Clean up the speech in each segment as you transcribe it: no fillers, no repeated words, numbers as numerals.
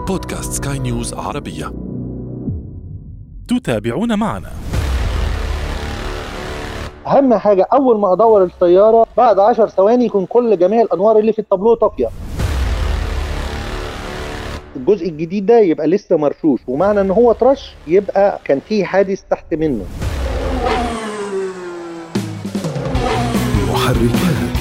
بودكاست سكاي نيوز عربية. تتابعون معنا. أهم حاجة أول ما أدور السيارة بعد 10 ثواني يكون كل جميع الأنوار اللي في التابلو طافية. الجزء الجديد ده يبقى لسه مرشوش، ومعنى إن هو ترش يبقى كان فيه حادث تحت منه. محركات.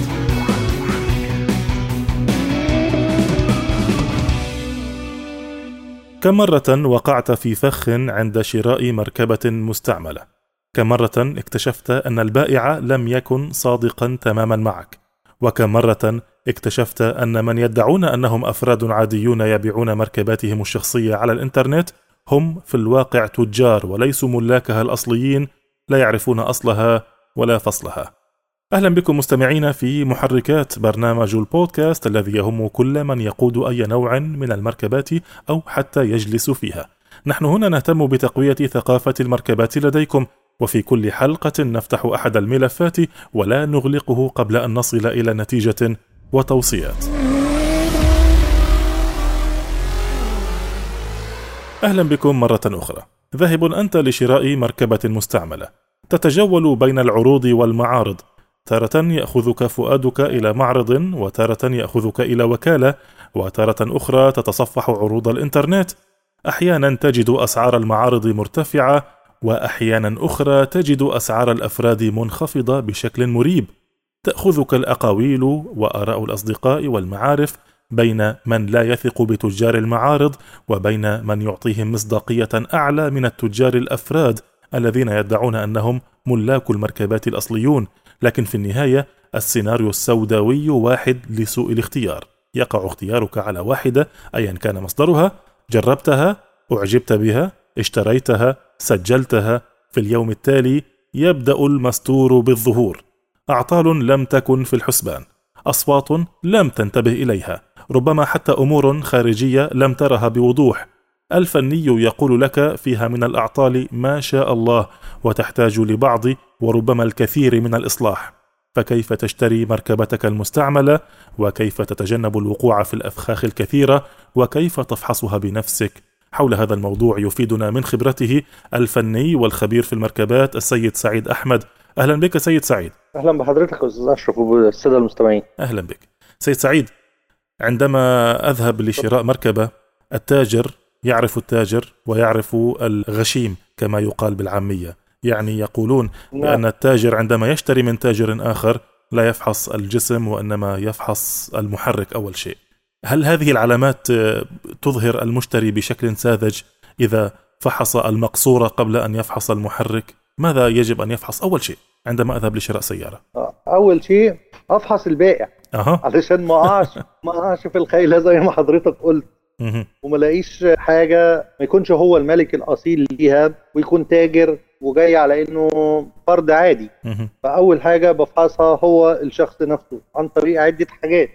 كم مرة وقعت في فخ عند شراء مركبة مستعملة؟ كم مرة اكتشفت أن البائع لم يكن صادقا تماما معك؟ وكم مرة اكتشفت أن من يدعون أنهم أفراد عاديون يبيعون مركباتهم الشخصية على الإنترنت هم في الواقع تجار وليسوا ملاكها الأصليين، لا يعرفون أصلها ولا فصلها. أهلا بكم مستمعين في محركات، برنامج البودكاست الذي يهم كل من يقود أي نوع من المركبات أو حتى يجلس فيها. نحن هنا نهتم بتقوية ثقافة المركبات لديكم، وفي كل حلقة نفتح أحد الملفات ولا نغلقه قبل أن نصل إلى نتيجة وتوصيات. أهلا بكم مرة أخرى. ذاهب أنت لشراء مركبة مستعملة، تتجول بين العروض والمعارض، تارة يأخذك فؤادك إلى معرض، وتارة يأخذك إلى وكالة، وتارة أخرى تتصفح عروض الإنترنت. أحيانا تجد أسعار المعارض مرتفعة، وأحيانا أخرى تجد أسعار الأفراد منخفضة بشكل مريب. تأخذك الأقاويل وآراء الأصدقاء والمعارف بين من لا يثق بتجار المعارض وبين من يعطيهم مصداقية أعلى من التجار الأفراد الذين يدعون أنهم ملاك المركبات الأصليون. لكن في النهاية السيناريو السوداوي واحد لسوء الاختيار. يقع اختيارك على واحدة أيا كان مصدرها، جربتها، أعجبت بها، اشتريتها، سجلتها، في اليوم التالي يبدأ المستور بالظهور. أعطال لم تكن في الحسبان، أصوات لم تنتبه إليها، ربما حتى أمور خارجية لم ترها بوضوح. الفني يقول لك فيها من الأعطال ما شاء الله، وتحتاج لبعض وربما الكثير من الإصلاح. فكيف تشتري مركبتك المستعملة؟ وكيف تتجنب الوقوع في الأفخاخ الكثيرة؟ وكيف تفحصها بنفسك؟ حول هذا الموضوع يفيدنا من خبرته الفني والخبير في المركبات السيد سعيد أحمد. أهلا بك سيد سعيد. أهلا بحضرتك أستاذ أشرف والسادة المستمعين. أهلا بك سيد سعيد. عندما أذهب لشراء مركبة، التاجر يعرف التاجر ويعرف الغشيم كما يقال بالعامية، يعني يقولون بأن التاجر عندما يشتري من تاجر آخر لا يفحص الجسم وإنما يفحص المحرك أول شيء. هل هذه العلامات تظهر المشتري بشكل ساذج إذا فحص المقصورة قبل أن يفحص المحرك؟ ماذا يجب أن يفحص أول شيء عندما أذهب لشراء سيارة؟ أول شيء أفحص البائع علشان ما أقعش في الخيلة زي ما حضرتك قلت، وما لاقيش حاجة ما يكونش هو الملك الأصيل ليها ويكون تاجر وجاي على إنه فرد عادي. فأول حاجة بفحصها هو الشخص نفسه عن طريق عدة حاجات.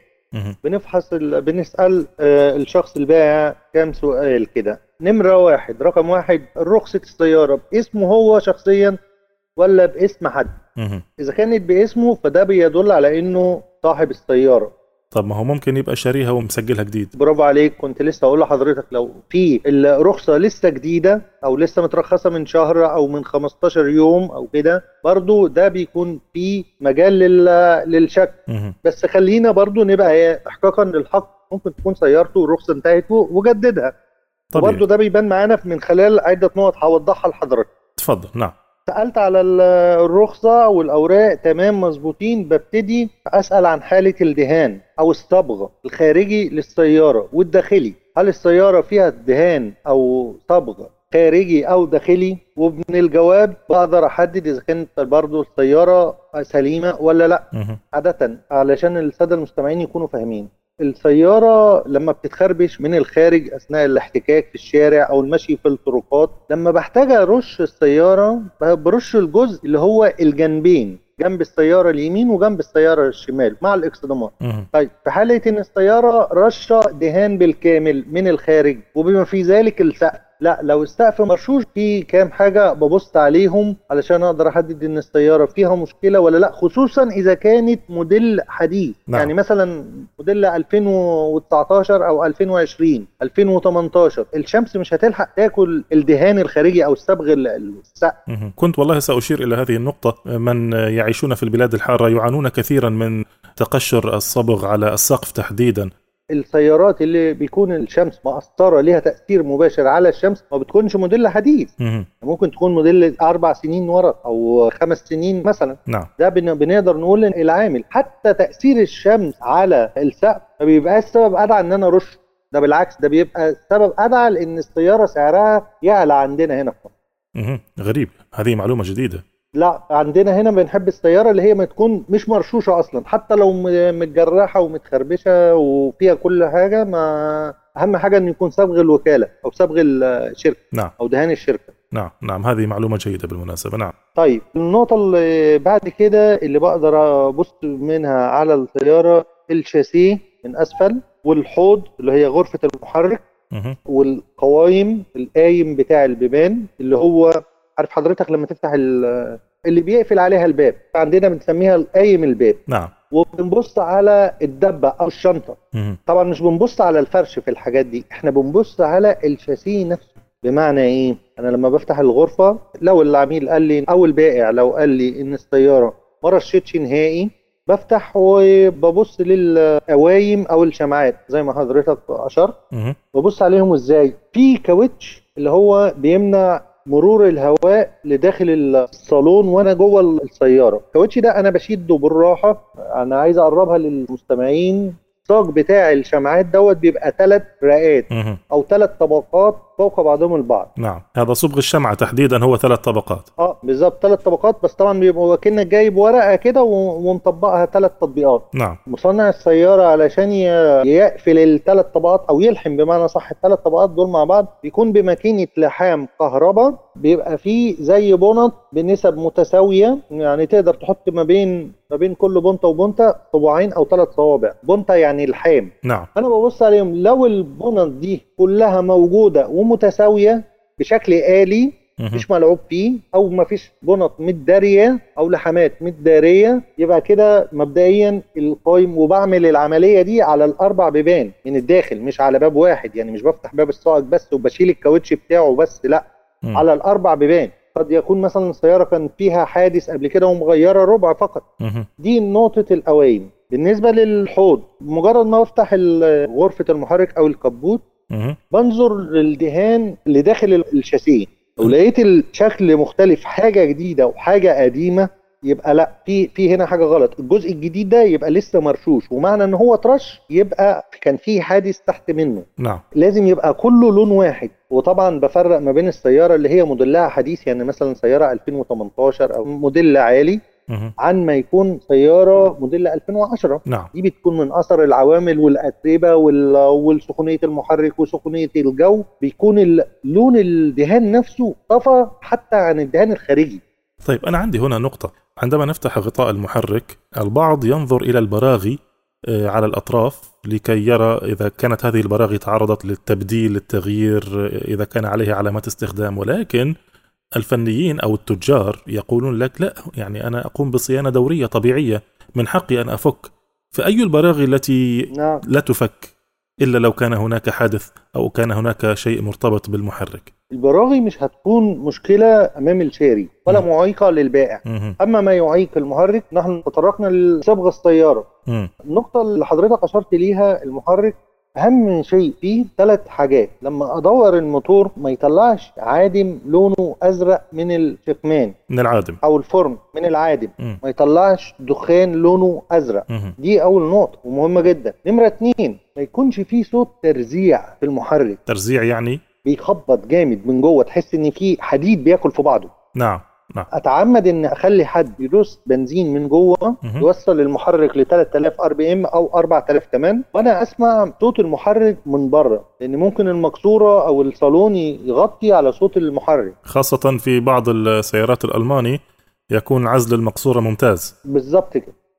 بنسأل الشخص البائع كام سؤال كده. نمرة واحد، رقم واحد، رخصة السيارة باسمه هو شخصيا ولا باسم حد؟ إذا كانت باسمه فده بيدل على إنه صاحب السيارة. طب ما هو ممكن يبقى شاريها ومسجلها جديد. برافو عليك، كنت لسه أقول لحضرتك لو في الرخصة لسه جديدة أو لسه مترخصة من شهر أو من 15 يوم أو كده، برضو ده بيكون في مجال للشك. بس خلينا برضو نبقى احقاقا للحق، ممكن تكون سيارته والرخصة انتهت وجددها. برضو ده بيبان معانا من خلال عدة نقط هوضحها لحضرتك. تفضل. نعم. سألت على الرخصة والأوراق تمام مظبوطين، ببتدي أسأل عن حالة الدهان أو الصبغ الخارجي للسيارة والداخلي. هل السيارة فيها دهان أو صبغ خارجي أو داخلي؟ ومن الجواب بقدر أحدد إذا كانت برضو السيارة سليمة ولا لأ. عادة علشان السادة المستمعين يكونوا فاهمين، السيارة لما بتتخربش من الخارج أثناء الاحتكاك في الشارع أو المشي في الطرقات، لما بحتاج أرش السيارة برش الجزء اللي هو الجنبين، جنب السيارة اليمين وجنب السيارة الشمال مع الإكسدامات. طيب في حالة إن السيارة رشة دهان بالكامل من الخارج وبما في ذلك السقف، لا، لو السقف مرشوش في كام حاجة ببص عليهم علشان اقدر احدد ان السيارة فيها مشكلة ولا لا، خصوصا اذا كانت موديل حديث. نعم. يعني مثلا موديل 2019 او 2020 2018 الشمس مش هتلحق تاكل الدهان الخارجي او الصبغ السقف. كنت والله سأشير إلى هذه النقطة. من يعيشون في البلاد الحارة يعانون كثيرا من تقشر الصبغ على السقف تحديدا. السيارات اللي بيكون الشمس مأثرة ليها تأثير مباشر على الشمس ما بتكونش موديل حديث. ممكن تكون موديل 4 سنين ورا أو 5 سنين مثلا. نعم. ده بنقدر نقول إن العامل حتى تأثير الشمس على السقف ما بيبقاش سبب أدعى إن أنا أرش، ده بالعكس ده بيبقى سبب أدعى لأن السيارة سعرها يعلى عندنا هنا في مصر. غريب، هذه معلومة جديدة. لا، عندنا هنا بنحب السيارة اللي هي ما تكون مش مرشوشة أصلا، حتى لو متجرحة ومتخربشة وفيها كل حاجة، ما أهم حاجة إن يكون صبغ الوكالة أو صبغ الشركة. نعم. أو دهان الشركة. نعم هذه معلومة جيدة بالمناسبة. نعم. طيب النقطة اللي بعد كده اللي بقدر أبص منها على السيارة الشاسيه من أسفل، والحوض اللي هي غرفة المحرك، والقوايم القايم بتاع البيبان اللي هو عارف حضرتك لما تفتح اللي بيقفل عليها الباب، عندنا بنسميها القايم الباب. نعم. وبنبص على الدبة او الشنطة. طبعا مش بنبص على الفرش في الحاجات دي، احنا بنبص على الشاسيه نفسه. بمعنى ايه؟ انا لما بفتح الغرفة لو العميل قال لي او البائع لو قال لي ان السيارة ما رشتش نهائي، بفتح وببص للقوايم او الشمعات زي ما حضرتك اشرت. ببص عليهم ازاي؟ في كاوتش اللي هو بيمنع مرور الهواء لداخل الصالون وانا جوه السياره. الكاوتش ده انا بشده بالراحه، انا عايز اقربها للمستمعين. الصاج بتاع الشمعات دوت بيبقى 3 رقات او 3 طبقات فوق بعضهم البعض. نعم. هذا صبغ الشمعة تحديدا هو 3 طبقات. بالظبط 3 طبقات، بس طبعا بيبقى كأنك جايب ورقة كده ومطبقها 3 تطبيقات. نعم. مصنع السيارة علشان يقفل ال3 طبقات او يلحم بمعنى صح ال3 طبقات دول مع بعض، بيكون بماكينة لحام كهرباء، بيبقى فيه زي بونط بنسب متساوية، يعني تقدر تحط ما بين كل بونطة وبونطة صباعين او 3 صوابع. بونطة يعني لحام. نعم. انا ببص عليهم، لو البونط دي كلها موجودة ومتساوية بشكل آلي مش ملعوب فيه، او مفيش بنط متدارية او لحمات متدارية، يبقى كده مبدئيا القايم. وبعمل العملية دي على ال4 بيبان من الداخل، مش على باب واحد، يعني مش بفتح باب الصاج بس وبشيل الكاوتش بتاعه بس، لا، على ال4 بيبان. قد يكون مثلا السيارة كان فيها حادث قبل كده ومغيرة ربع فقط. دي نقطة القوايم. بالنسبة للحوض، مجرد ما افتح غرفة المحرك او الكبوت بنظر للدهان اللي داخل الشاسيه. لو لقيت الشكل مختلف، حاجة جديدة وحاجة قديمة، يبقى لا، في هنا حاجة غلط. الجزء الجديد ده يبقى لسه مرشوش، ومعنى ان هو ترش يبقى كان فيه حادث تحت منه. نعم. لازم يبقى كله لون واحد. وطبعا بفرق ما بين السيارة اللي هي موديلها حديث، يعني مثلا سيارة 2018 او موديل عالي، عن ما يكون سيارة موديل 2010. نعم. دي بتكون من أثر العوامل والأتربة والسخونية المحرك وسخونية الجو، بيكون لون الدهان نفسه طفى حتى عن الدهان الخارجي. طيب أنا عندي هنا نقطة. عندما نفتح غطاء المحرك البعض ينظر إلى البراغي على الأطراف لكي يرى إذا كانت هذه البراغي تعرضت للتبديل للتغيير، إذا كان عليها علامات استخدام، ولكن الفنيين أو التجار يقولون لك لا، يعني أنا أقوم بصيانة دورية طبيعية، من حقي أن أفك. فأي البراغي التي لا تفك إلا لو كان هناك حادث أو كان هناك شيء مرتبط بالمحرك؟ البراغي مش هتكون مشكلة أمام الشاري ولا معيقة للبائع. أما ما يعيق المحرك، نحن تطرقنا لصبغ السيارة. النقطة اللي حضرتك أشرت ليها، المحرك أهم شيء فيه 3 حاجات. لما أدور الموتور ما يطلعش عادم لونه أزرق من الشكمان، من العادم، أو الفرن من العادم، ما يطلعش دخان لونه أزرق. دي أول نقطة ومهمة جدا. نمرة 2، ما يكونش فيه صوت ترزيع في المحرك. ترزيع يعني بيخبط جامد من جوه، تحس إن فيه حديد بياكل في بعضه. نعم. اتعمد ان اخلي حد يدوس بنزين من جوه يوصل المحرك ل 3000 ار بي ام او 4000 كمان، وانا اسمع صوت المحرك من بره، لان ممكن المكسوره او الصالون يغطي على صوت المحرك. خاصه في بعض السيارات الالماني يكون عزل المقصوره ممتاز. بالظبط كده.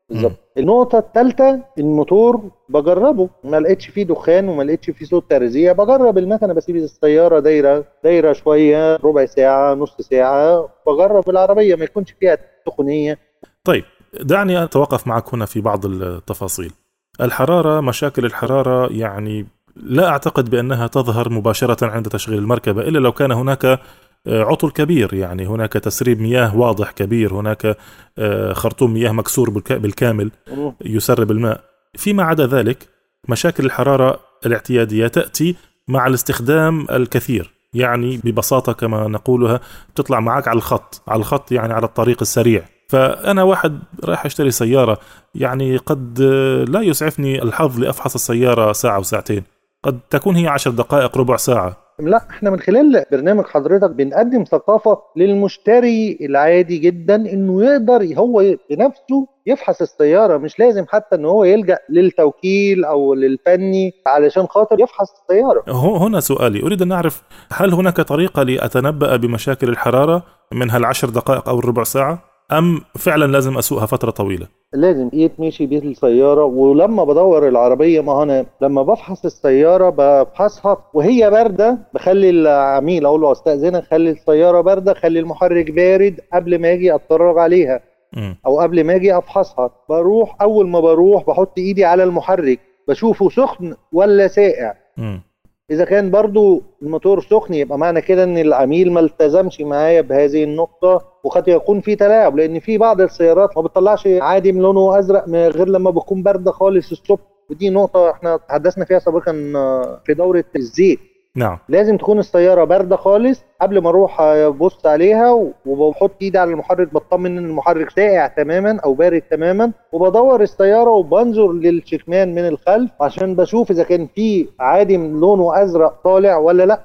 بالظبط. النقطة الثالثة، الموتور بجربه، ما لقيتش فيه دخان وما لقيتش فيه صوت ترزيع، بجرب المكنة، بسيب السيارة دايرة شوية، ربع ساعة نص ساعة، بجرب العربية ما يكونش فيها سخونية. طيب دعني أتوقف معك هنا في بعض التفاصيل. الحرارة، مشاكل الحرارة يعني لا أعتقد بأنها تظهر مباشرة عند تشغيل المركبة إلا لو كان هناك عطل كبير، يعني هناك تسريب مياه واضح كبير، هناك خرطوم مياه مكسور بالكامل يسرب الماء. فيما عدا ذلك مشاكل الحرارة الاعتيادية تأتي مع الاستخدام الكثير، يعني ببساطة كما نقولها تطلع معك على الخط يعني على الطريق السريع. فأنا واحد رايح أشتري سيارة، يعني قد لا يسعفني الحظ لأفحص السيارة ساعة وساعتين، قد تكون هي 10 دقائق ربع ساعة. لا، احنا من خلال برنامج حضرتك بنقدم ثقافة للمشتري العادي جدا انه يقدر هو بنفسه يفحص السيارة، مش لازم حتى ان هو يلجأ للتوكيل او للفني علشان خاطر يفحص السيارة. هنا سؤالي، اريد ان اعرف هل هناك طريقة لأتنبأ بمشاكل الحرارة من هال10 دقائق او الربع ساعة، ام فعلا لازم اسوقها فترة طويلة؟ لازم يتمشي بيه السيارة. ولما بدور العربية، ما أنا لما بفحص السيارة بفحصها وهي باردة، بخلي العميل أقول له استأذنك خلي السيارة باردة، خلي المحرك بارد قبل ما أجي أتفرج عليها أو قبل ما أجي أفحصها. أول ما بروح بحط إيدي على المحرك بشوفه سخن ولا ساقع. إذا كان برضو الموتور سخن يبقى معنى كده إن العميل ما التزمش معايا بهذه النقطة، وقد يكون في تلاعب، لأن في بعض السيارات ما بتطلعش عادم لونه أزرق غير لما بتكون باردة خالص الصبح. ودي نقطة احنا تحدثنا فيها سابقا في دورة الزيت. نعم. لازم تكون السيارة باردة خالص قبل ما اروح ابص عليها، وبحط ايدي على المحرك بطمن ان المحرك ساقع تماما او بارد تماما، وبدور السيارة وبنظر للشكمان من الخلف عشان بشوف اذا كان في عادم لونه ازرق طالع ولا لا.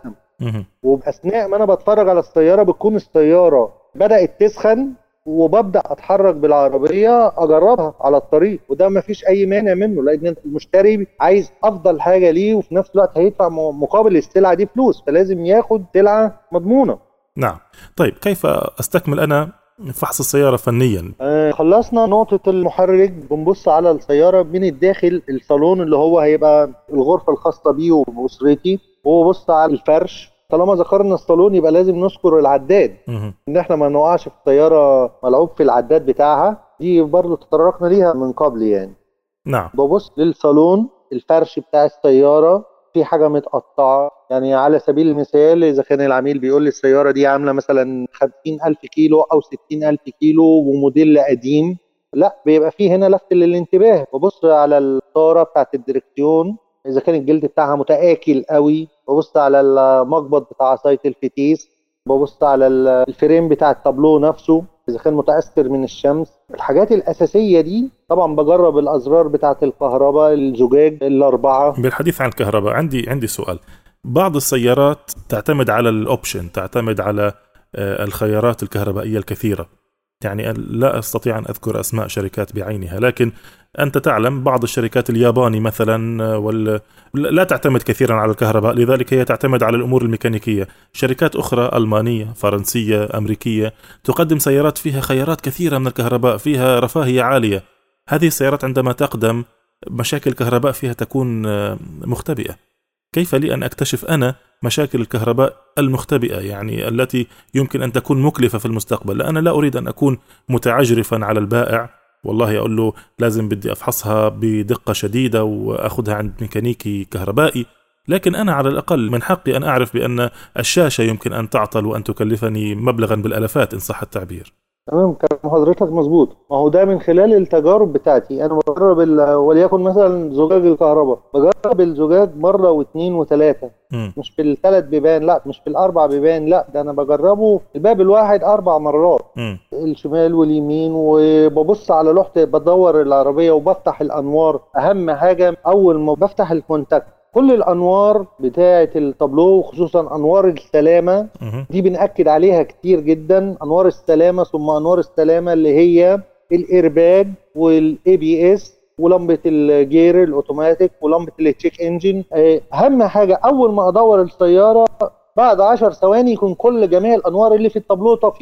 وبأثناء ما انا بتفرج على السيارة بتكون السيارة بدأت تسخن، وببدأ اتحرك بالعربية اجربها على الطريق، وده ما فيش اي مانع منه، لان المشتري عايز افضل حاجة ليه، وفي نفس الوقت هيدفع مقابل السلعة دي فلوس، فلازم ياخد سلعة مضمونة. نعم. طيب كيف استكمل انا فحص السيارة فنيا؟ خلصنا نقطة المحرك، بنبص على السيارة من الداخل، الصالون اللي هو هيبقى الغرفة الخاصة بيه وبأسرتي، وبص على الفرش. طالما ذكرنا الصالون يبقى لازم نذكر العداد، ان احنا ما نوقعش في السيارة ملعوب في العداد بتاعها، دي برضو تطرقنا ليها من قبل يعني. نعم. ببص للصالون، الفرش بتاع السيارة في حاجة متقطعة، يعني على سبيل المثال إذا كان العميل بيقول لي السيارة دي عاملة مثلا 50,000 كيلو أو 60,000 كيلو وموديل قديم، لا بيبقى فيه هنا لفت للانتباه. ببص على الطارة بتاعت الدركسيون إذا كان الجلد بتاعها متآكل قوي، ببص على المقبض بتاع عصاية الفتيس، ببص على الفريم بتاع التابلو نفسه إذا كان متأثر من الشمس. الحاجات الأساسية دي طبعا بجرب الأزرار بتاعة الكهرباء، الزجاج الأربعة. بالحديث عن الكهرباء عندي سؤال. بعض السيارات تعتمد على الأوبشن، تعتمد على الخيارات الكهربائية الكثيرة، يعني لا أستطيع أن أذكر أسماء شركات بعينها، لكن أنت تعلم بعض الشركات الياباني مثلا لا تعتمد كثيرا على الكهرباء، لذلك هي تعتمد على الأمور الميكانيكية. شركات أخرى ألمانية، فرنسية، أمريكية تقدم سيارات فيها خيارات كثيرة من الكهرباء، فيها رفاهية عالية. هذه السيارات عندما تقدم مشاكل الكهرباء فيها تكون مختبئة. كيف لي أن أكتشف أنا مشاكل الكهرباء المختبئة، يعني التي يمكن أن تكون مكلفة في المستقبل؟ لأن لا أريد أن أكون متعجرفا على البائع، والله أقول له لازم بدي أفحصها بدقة شديدة وأخذها عند ميكانيكي كهربائي، لكن أنا على الأقل من حقي أن أعرف بأن الشاشة يمكن أن تعطل وأن تكلفني مبلغا بالألفات إن صح التعبير. تمام، كلام حضرتك مظبوط. ما هو ده من خلال التجارب بتاعتي. انا بجرب وليكن مثلا زجاج الكهرباء، بجرب الزجاج مره واثنين وثلاثه، مش في الثلاث بيبان، لا مش في الاربع بيبان، لا ده انا بجربه الباب الواحد 4 مرات، الشمال واليمين، وببص على لوحه، بدور العربيه وبفتح الانوار. اهم حاجه اول ما بفتح الكونتاكت كل الانوار بتاعه التابلو، خصوصا انوار السلامه دي بنأكد عليها كتير جدا. انوار السلامه، ثم انوار السلامه اللي هي الايرباج والاي بي اس ولمبه الجير الاوتوماتيك ولمبه التشيك انجن. اهم حاجه اول ما ادور السياره بعد 10 ثواني يكون كل جميع الانوار اللي في التابلو طافيه.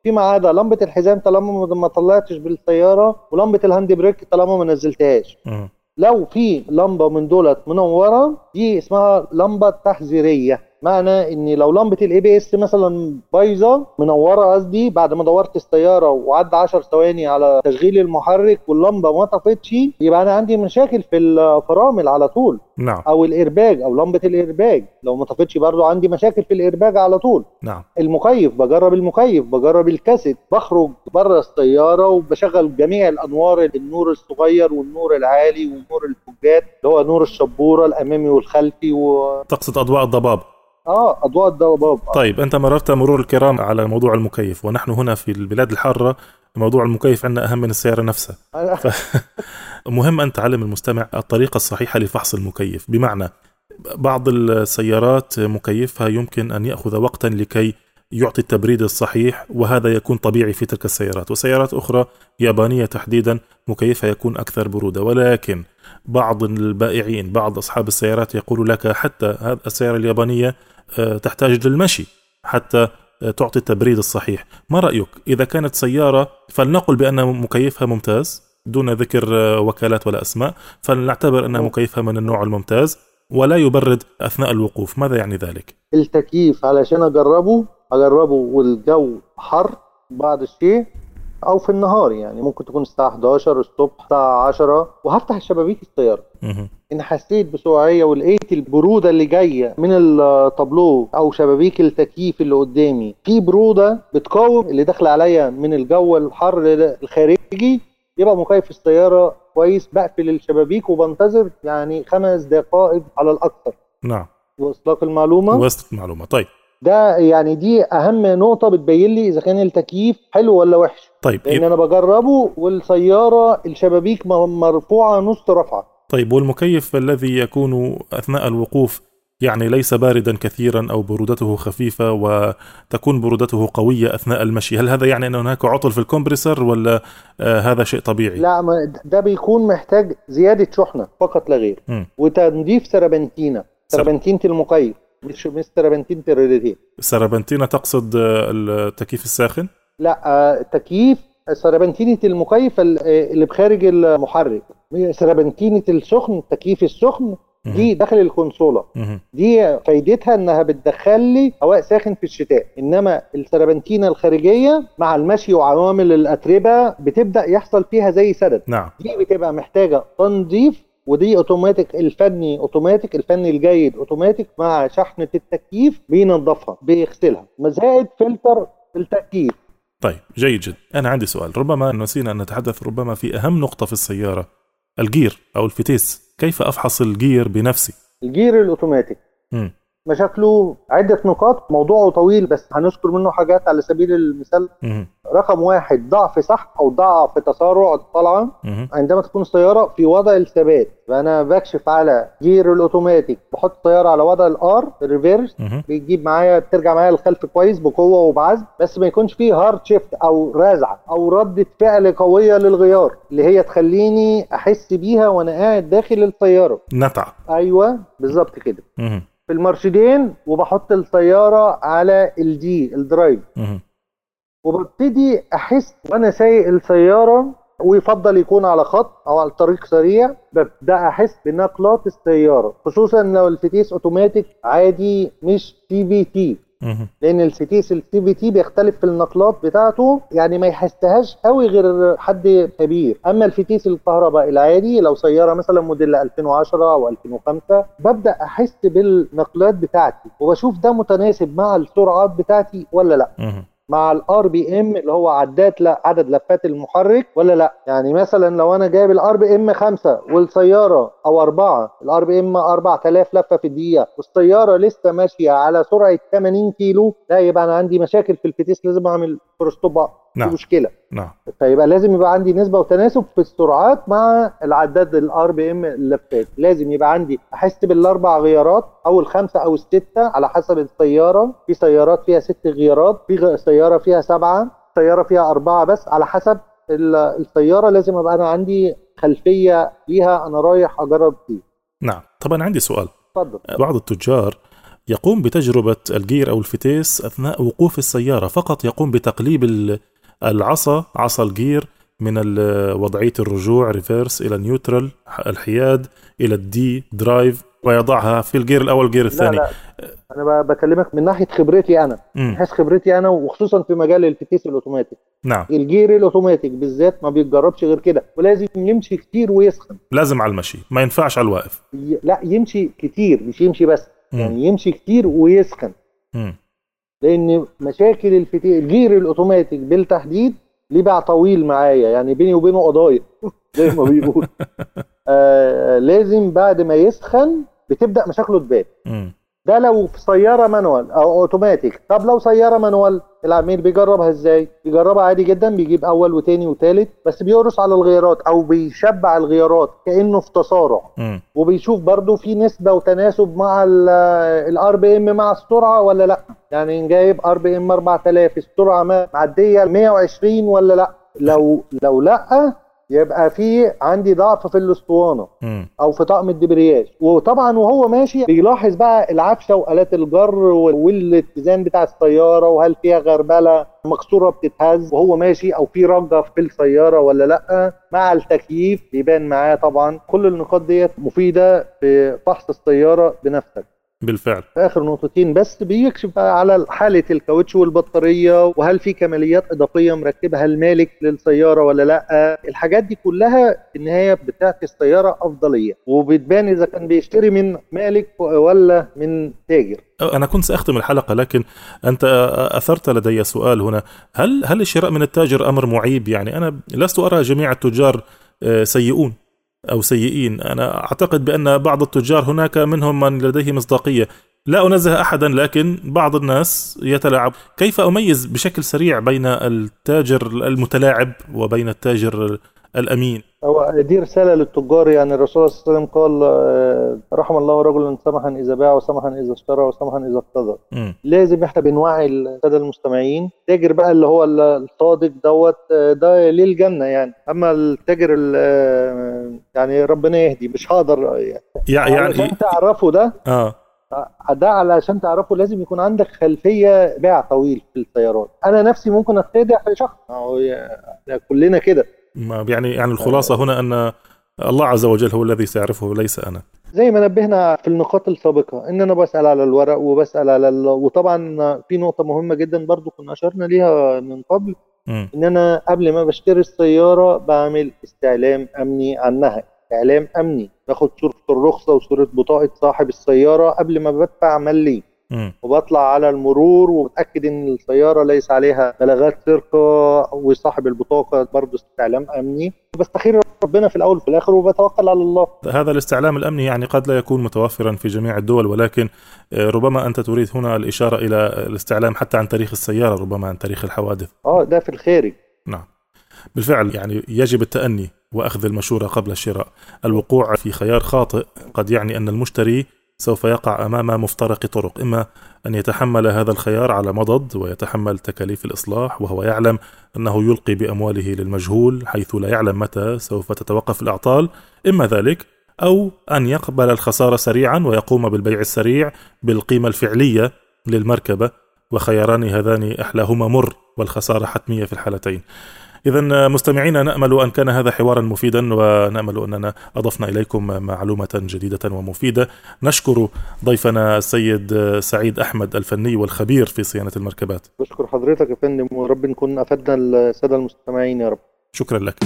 فيما عدا لمبة الحزام طالما ما طلعتش بالسيارة، ولمبة الهاند بريك طالما ما نزلتهاش. لو في لمبة من دولت منورة دي اسمها لمبة تحذيرية، معنى ان لو لمبة الاي بي اس مثلا بايظة منورة قصدي بعد ما دورت السيارة وعدى 10 ثواني على تشغيل المحرك واللمبة ما طفتش، يبقى انا عندي مشاكل في الفرامل على طول. نعم. او الايرباج او لمبة الايرباج لو ما طفتش برضو عندي مشاكل في الايرباج على طول. نعم. المكيف بجرب الكاسيت، بخرج بره السيارة وبشغل جميع الانوار، النور الصغير والنور العالي ونور الفوجات اللي هو نور الشبورة الامامي والخلفي تقصد اضواء الضباب؟ اضواء الضباب. طيب انت مررت مرور الكرام على موضوع المكيف، ونحن هنا في البلاد الحارة موضوع المكيف عندنا اهم من السيارة نفسها. مهم ان تعلم المستمع الطريقة الصحيحة لفحص المكيف، بمعنى بعض السيارات مكيفها يمكن ان يأخذ وقتا لكي يعطي التبريد الصحيح، وهذا يكون طبيعي في تلك السيارات، وسيارات اخرى يابانية تحديدا مكيفها يكون اكثر برودة. ولكن بعض البائعين بعض اصحاب السيارات يقول لك حتى هذه السيارة اليابانية تحتاج للمشي حتى تعطي التبريد الصحيح. ما رأيك إذا كانت سيارة فلنقل بأن مكيفها ممتاز دون ذكر وكالات ولا أسماء، فلنعتبر أن مكيفها من النوع الممتاز ولا يبرد أثناء الوقوف، ماذا يعني ذلك؟ التكييف علشان أجربه والجو حر بعض الشيء أو في النهار، يعني ممكن تكون الساعة 11 الصبح الساعة 10 وهفتح الشبابيك السيارة. إن حسيت بسرعية ولقيت البرودة اللي جاية من الطابلو أو شبابيك التكييف اللي قدامي في برودة بتقاوم اللي داخل عليا من الجو الحر الخارجي، يبقى مكيف السيارة كويس. بقفل الشبابيك وبنتظر يعني 5 دقائق على الأكثر. نعم. وصلت المعلومة؟ وصلت المعلومة. طيب ده يعني دي أهم نقطة بتبين لي إذا كان التكييف حلو ولا وحش. طيب لأن أنا بجربه والسيارة الشبابيك مرفوعة نص رفعة. طيب والمكيف الذي يكون أثناء الوقوف يعني ليس باردا كثيرا أو برودته خفيفة وتكون برودته قوية أثناء المشي، هل هذا يعني أن هناك عطل في الكمبرسر ولا هذا شيء طبيعي؟ لا، ده بيكون محتاج زيادة شحنة فقط لا غير. وتنظيف سربنتينة المكيف، مش سربنتينة الريديتير. سربنتينة تقصد التكييف الساخن؟ لا، تكييف سربنتينة المكيف اللي بخارج المحرك. سربنتينة السخن التكييف السخن دي داخل الكونسولة، دي فايدتها انها بتدخل لي هواء ساخن في الشتاء. انما السربنتينة الخارجية مع المشي وعوامل الاتربة بتبدأ يحصل فيها زي سدد. نعم. دي بتبقى محتاجة تنظيف، ودي اوتوماتيك. الفني الجيد اوتوماتيك مع شحنة التكييف بينظفها بيغسلها، مزائد فلتر التكييف. طيب جيد جدا. أنا عندي سؤال، ربما نسينا أن نتحدث ربما في أهم نقطة في السيارة، الجير أو الفتيس. كيف أفحص الجير بنفسي؟ الجير الأوتوماتيك مشاكله عدة نقاط، موضوعه طويل بس هنذكر منه حاجات على سبيل المثال. رقم 1 ضعف سحب أو ضعف تسارع الطلعة عندما تكون السيارة في وضع الثبات. فأنا بكشف على جير الأوتوماتيك، بحط السيارة على وضع الآر الريفيرس، بترجع معايا الخلف كويس بقوة وبعزم، بس ما يكونش فيه هارد شيفت أو رازعة أو ردة فعل قوية للغيار اللي هي تخليني أحس بيها وأنا قاعد داخل السيارة. نتع. أيوة بالظبط كده. في المرشدين، وبحط السيارة على الدرايف، وببتدي أحس وأنا سايق السيارة، ويفضل يكون على خط أو على طريق سريع. ببدأ أحس بنقلات السيارة، خصوصا لو الفتيس أوتوماتيك عادي مش CVT، لأن الفتيس CVT بيختلف في النقلات بتاعته، يعني ما يحسهاش قوي غير حد كبير. أما الفتيس الكهرباء العادي لو سيارة مثلا موديل 2010 أو 2005 ببدأ أحس بالنقلات بتاعتي، وبشوف ده متناسب مع السرعات بتاعتي ولا لأ، مع الRPM اللي هو عدد لفات المحرك ولا لا. يعني مثلا لو انا جايب الRPM 5 والسياره او 4، الRPM 4000 لفه في الدقيقه والسياره لسه ماشيه على سرعه 80 كيلو، لا يبقى انا عندي مشاكل في الفتيس، لازم اعمل فورستوب. نعم. مشكله. نعم. فيبقى لازم يبقى عندي نسبه وتناسب في السرعات مع العداد الRPM اللفات. لازم يبقى عندي احس بالاربع غيارات او الخمسه او السته على حسب السياره. في سيارات فيها 6 غيارات، في سياره فيها 7، سياره فيها 4 بس، على حسب السياره. لازم ابقى انا عندي خلفيه ليها انا رايح اجرب فيه. نعم. طبعا عندي سؤال. اتفضل. بعض التجار يقوم بتجربة الجير أو الفتيس أثناء وقوف السيارة، فقط يقوم بتقليب العصا، عصا الجير، من وضعية الرجوع ريفيرس إلى نيوترال الحياد إلى الدي درايف، ويضعها في الجير الأول الجير الثاني. لا أنا بكلمك من ناحية خبرتي أنا، من حيث خبرتي أنا، وخصوصا في مجال الفتيس الأوتوماتيك. نعم. الجير الأوتوماتيك بالذات ما بيتجربش غير كده، ولازم يمشي كتير ويسخن. لازم على المشي، ما ينفعش على الواقف. لا، يمشي كتير، مش يمشي بس. يعني يمشي كتير ويسخن. لأن مشاكل الجير الأوتوماتيك بالتحديد ليه باع طويل معايا، يعني بيني وبينه قضايا زي ما بيقول. لازم بعد ما يسخن بتبدأ مشاكله تبان. ده لو في سيارة مانوال او اوتوماتيك. طب لو سيارة مانوال العميل بيجربها ازاي؟ بيجربها عادي جدا، بيجيب اول وتاني وتالت، بس بيقرص على الغيارات او بيشبع الغيارات كأنه في تصارع، وبيشوف برضو في نسبة وتناسب مع الار بي ام مع السرعة ولا لا. يعني جايب ار بي ام 4000، السرعة معدية 120 ولا لا. لو لا، يبقى في عندي ضعف في الاسطوانه او في طقم الدبرياج. وطبعا وهو ماشي بيلاحظ بقى العفشه والات الجر والاتزان بتاع السياره، وهل فيها غربله مكسوره بتتهز وهو ماشي، او في رجه في السياره ولا لا. مع التكييف بيبان معاه. طبعا كل النقاط ديت مفيده في فحص السياره بنفسك. بالفعل. اخر نقطتين بس بيكشف على حاله الكاوتش والبطاريه، وهل في كماليات اضافيه مركبها المالك للسياره ولا لا. الحاجات دي كلها في النهايه بتعطي السياره افضليه، وبتبان اذا كان بيشتري من مالك ولا من تاجر. أنا كنت سأختم الحلقة، لكن أنت أثرت لدي سؤال هنا. هل الشراء من التاجر أمر معيب؟ يعني أنا لست أرى جميع التجار سيئون أو سيئين. أنا أعتقد بأن بعض التجار هناك منهم من لديه مصداقية. لا أنزه أحدا، لكن بعض الناس يتلاعب. كيف أميز بشكل سريع بين التاجر المتلاعب وبين التاجر الأمين؟ دي رسالة للتجار. يعني الرسول صلى الله عليه وسلم قال رحم الله رجلا سمحا إذا باع وسمحا إذا اشترى وسمحا إذا اقتضى. لازم احنا بنوعي السادة المستمعين. التاجر بقى اللي هو الصادق دوت ده للجنة يعني. أما التاجر يعني ربنا يهدي، مش هقدر يعني عشان تعرفوا ده. ده علشان تعرفوا لازم يكون عندك خلفية باع طويل في السيارات. أنا نفسي ممكن أتخدع في شخص، كلنا كده. يعني الخلاصة هنا أن الله عز وجل هو الذي سيعرفه وليس أنا. زي ما نبهنا في النقاط السابقة إن أنا بسأل على الورق وبسأل على وطبعا في نقطة مهمة جدا برضو كنا أشرنا ليها من قبل، إن أنا قبل ما بشتري السيارة بعمل استعلام أمني عنها. استعلام أمني، باخد صورة الرخصة وصورة بطاقة صاحب السيارة قبل ما بدفع ملي، وبطلع على المرور وبتأكد ان السيارة ليس عليها بلاغات سرقة، وصاحب البطاقة برضو استعلام امني. وبستخير ربنا في الاول وفي الاخر وبتوكل على الله. هذا الاستعلام الامني يعني قد لا يكون متوفرا في جميع الدول، ولكن ربما انت تريد هنا الاشارة الى الاستعلام حتى عن تاريخ السيارة، ربما عن تاريخ الحوادث. ده في الخارج. نعم بالفعل. يعني يجب التأني وأخذ المشورة قبل الشراء. الوقوع في خيار خاطئ قد يعني أن المشتري سوف يقع أمام مفترق طرق، إما أن يتحمل هذا الخيار على مضض ويتحمل تكاليف الإصلاح وهو يعلم أنه يلقي بأمواله للمجهول حيث لا يعلم متى سوف تتوقف الأعطال، إما ذلك أو أن يقبل الخسارة سريعا ويقوم بالبيع السريع بالقيمة الفعلية للمركبة، وخياران هذان أحلاهما مر والخسارة حتمية في الحالتين. إذن مستمعينا، نأمل أن كان هذا حوارا مفيدا، ونأمل أننا أضفنا إليكم معلومة جديدة ومفيدة. نشكر ضيفنا السيد سعيد أحمد الفني والخبير في صيانة المركبات. بشكر حضرتك يا فندم، ورب نكون أفدنا السادة المستمعين يا رب. شكرا لك.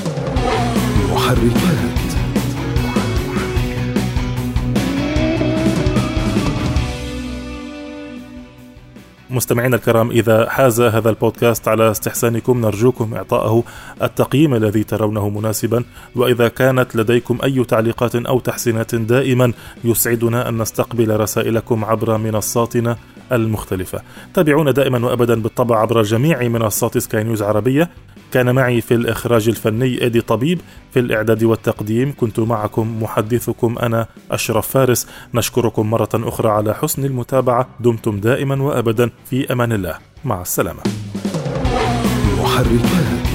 محركات. مستمعينا الكرام، إذا حاز هذا البودكاست على استحسانكم نرجوكم إعطائه التقييم الذي ترونه مناسبا، وإذا كانت لديكم أي تعليقات أو تحسينات دائما يسعدنا أن نستقبل رسائلكم عبر منصاتنا المختلفة. تابعونا دائما وأبدا بالطبع عبر جميع منصات سكاي نيوز عربية. كان معي في الإخراج الفني إيدي طبيب، في الإعداد والتقديم كنت معكم محدثكم أنا أشرف فارس. نشكركم مرة أخرى على حسن المتابعة. دمتم دائما وأبدا في أمان الله. مع السلامة. محركات.